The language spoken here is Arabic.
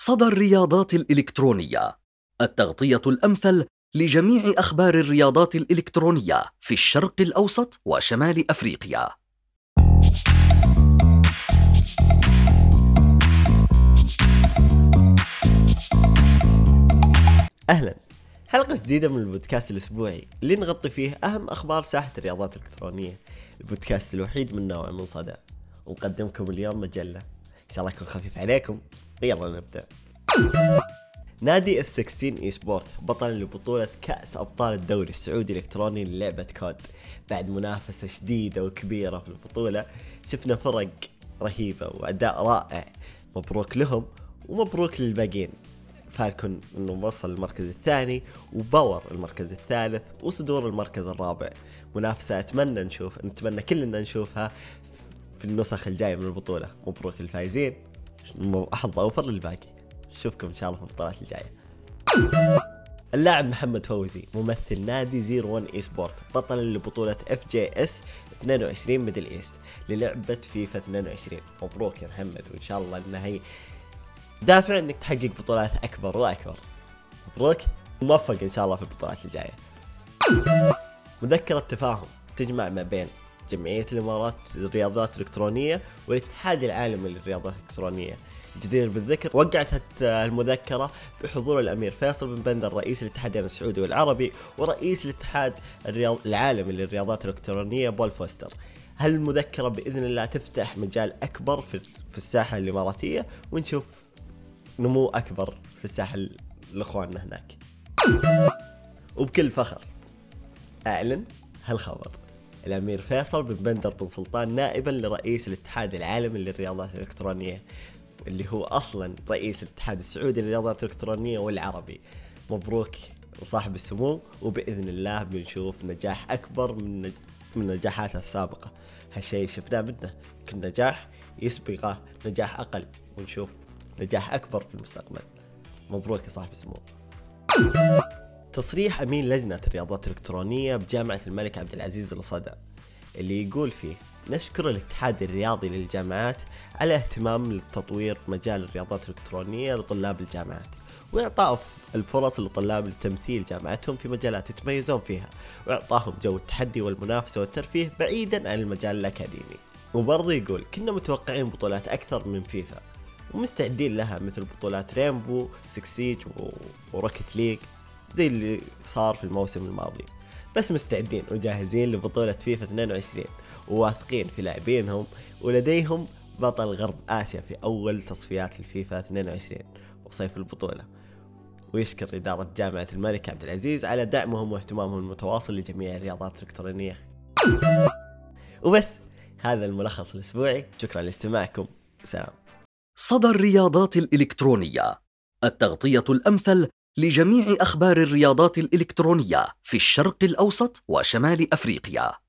صدى الرياضات الإلكترونية، التغطية الأمثل لجميع أخبار الرياضات الإلكترونية في الشرق الأوسط وشمال أفريقيا. أهلا، حلقة جديدة من البودكاست الأسبوعي اللي نغطي فيه أهم أخبار ساحة الرياضات الإلكترونية. البودكاست الوحيد من نوعه من صدى، ونقدمكم اليوم مجلة إن شاء الله يكون خفيف عليكم. يلا نبدأ. نادي F16 اي سبورت بطل لبطولة كأس أبطال الدوري السعودي الإلكتروني للعبة كود. بعد منافسة شديدة وكبيرة في البطولة شفنا فرق رهيبة وأداء رائع. مبروك لهم ومبروك للباقين. فالكون انه وصل المركز الثاني، وباور المركز الثالث، وصدور المركز الرابع. منافسة نتمنى كلنا نشوفها في النسخ الجاية من البطولة. مبروك للفائزين، حظ اوفر للباقي. نشوفكم ان شاء الله في البطولات الجاية. اللاعب محمد فوزي ممثل نادي 01 اي سبورت بطل لبطولة FJS 22 ميدل ايست للعبة فيفا 22. مبروك يا محمد، وان شاء الله انها هي دافع انك تحقق بطولات اكبر واكبر. مبروك، موفق ان شاء الله في البطولات الجايه. مذكره تفاهم تجمع ما بين جمعيه الامارات للرياضات الالكترونيه والاتحاد العالمي للرياضات الالكترونيه. جدير بالذكر وقعت المذكره بحضور الامير فيصل بن بندر رئيس الاتحادين السعودي والعربي ورئيس الاتحاد العالمي للرياضات الالكترونيه بول فوستر. هالمذكره باذن الله تفتح مجال اكبر في الساحه الاماراتيه، ونشوف نمو أكبر في الساحل لإخواننا هناك. وبكل فخر أعلن هالخبر الأمير فيصل بن بندر بن سلطان نائبا لرئيس الاتحاد العالمي للرياضات الإلكترونية، اللي هو أصلا رئيس الاتحاد السعودي للرياضات الإلكترونية والعربي. مبروك صاحب السمو، وبإذن الله بنشوف نجاح أكبر من نجاحاته السابقة. هالشيء شفناه منه، كل نجاح يسبقه نجاح أقل، ونشوف نجاح أكبر في المستقبل. مبروك يا صاحب السمو. تصريح أمين لجنة الرياضات الإلكترونية بجامعة الملك عبد العزيز الصدى، اللي يقول فيه: نشكر الاتحاد الرياضي للجامعات على اهتمام للتطوير مجال الرياضات الإلكترونية لطلاب الجامعات، وإعطاء الفرص لطلاب لتمثيل جامعتهم في مجالات يتميزون فيها، وإعطاهم جو التحدي والمنافسة والترفيه بعيدا عن المجال الأكاديمي. وبرضه يقول: كنا متوقعين بطولات أكثر من فيفا ومستعدين لها، مثل بطولات رينبو 6 سيج وروكت ليج زي اللي صار في الموسم الماضي، بس مستعدين وجاهزين لبطولة فيفا 22 وواثقين في لاعبينهم، ولديهم بطل غرب آسيا في أول تصفيات الفيفا 22 وصيف البطولة. ويشكر إدارة جامعة الملك عبد العزيز على دعمهم واهتمامهم المتواصل لجميع الرياضات الإلكترونية. وبس، هذا الملخص الأسبوعي. شكرا لاستماعكم، سلام. صدى الرياضات الإلكترونية، التغطية الأمثل لجميع أخبار الرياضات الإلكترونية في الشرق الأوسط وشمال أفريقيا.